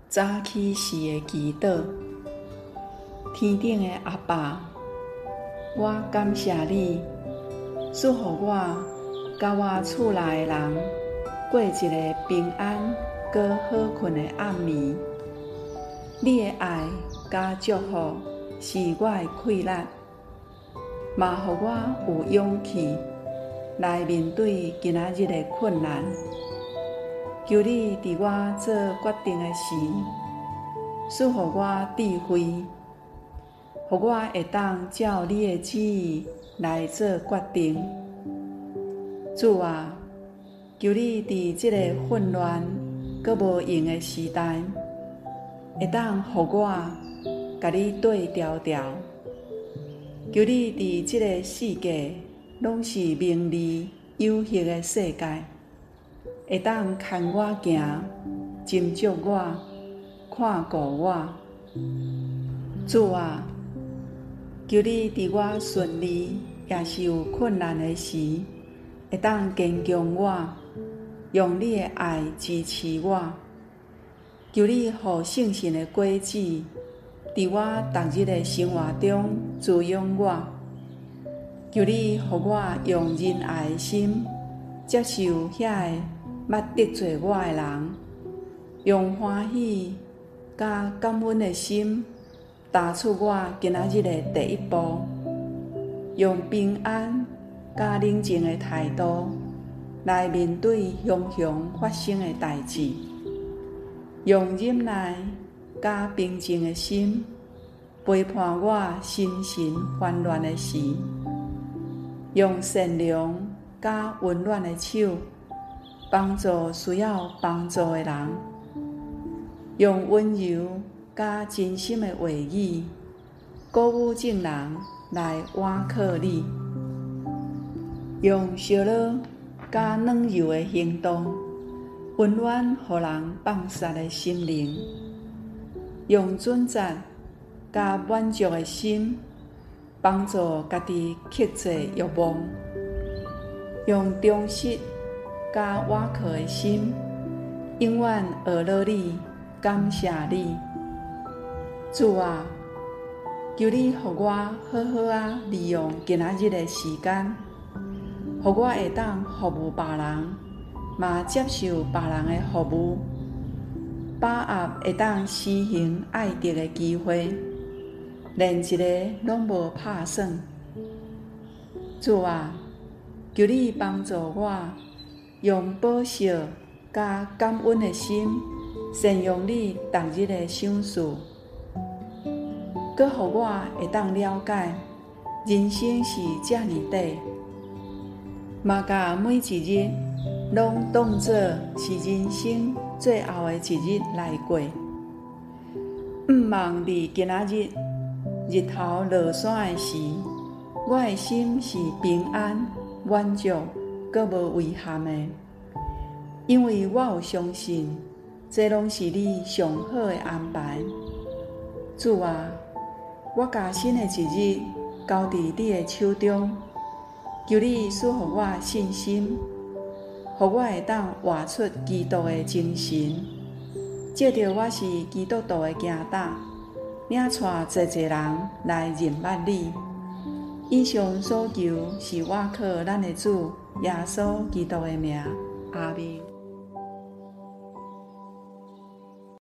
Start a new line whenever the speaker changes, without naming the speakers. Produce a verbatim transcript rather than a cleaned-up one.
早起时的祈祷。天顶的阿爸，我感谢你，赐予我甲我厝内的人过一个平安搁好困的暗暝。你的爱甲祝福是我的气力，嘛予我有勇气来面对今仔日的困难。求你伫我做决定的时，赐予我智慧，予我会当照你的旨意来做决定。主啊，求你伫这个混乱搁无用的时代，会当予我甲你对调调。求你伫这个世界拢是名利有形的世界，会当牵我行，斟酌我，看顾我。主啊，求你伫我顺利也是有困难的时，会当坚强我，用你的爱支持我。求你予圣神的果子伫我逐日的生活中滋养我。求你予我用仁爱的心接受遐个捌得罪我的人，用欢喜甲感恩的心踏出我今仔日的第一步，用平安甲冷静的态度来面对常常发生的代志，用忍耐甲平静的心陪伴我心神烦乱的时，用善良甲温暖的手帮助需要帮助的人，用温柔甲真心的话语鼓舞众人来倚靠你，用烧脑甲软柔的行动温暖予人放撒的心灵，用准则甲满足的心帮助家己克制欲望，用忠实甲倚靠的心永远学乐你，感谢你。主啊，求你予我好好啊利用今仔日的时间，予我会当服务别人，嘛接受别人的服务，把握会当施行爱德的机会，连一个拢无拍算。主啊，求你帮助我，用宝惜甲感恩的心善用你逐日的赏赐，搁予我会当了解人生是这么短，嘛甲每一日拢当作是人生最后的一日来过。毋茫伫今仔日日头落山的时，我的心是平安、满足，搁无遗憾的，因为我有相信，这拢是你上好的安排。主啊，我把新的一日交伫你的手中，求你赐予我信心，予我会当活出基督的精神，借着我是基督徒的行踏，领带侪侪人来认捌你。以上所求是我靠咱的主耶稣基督的名，阿们。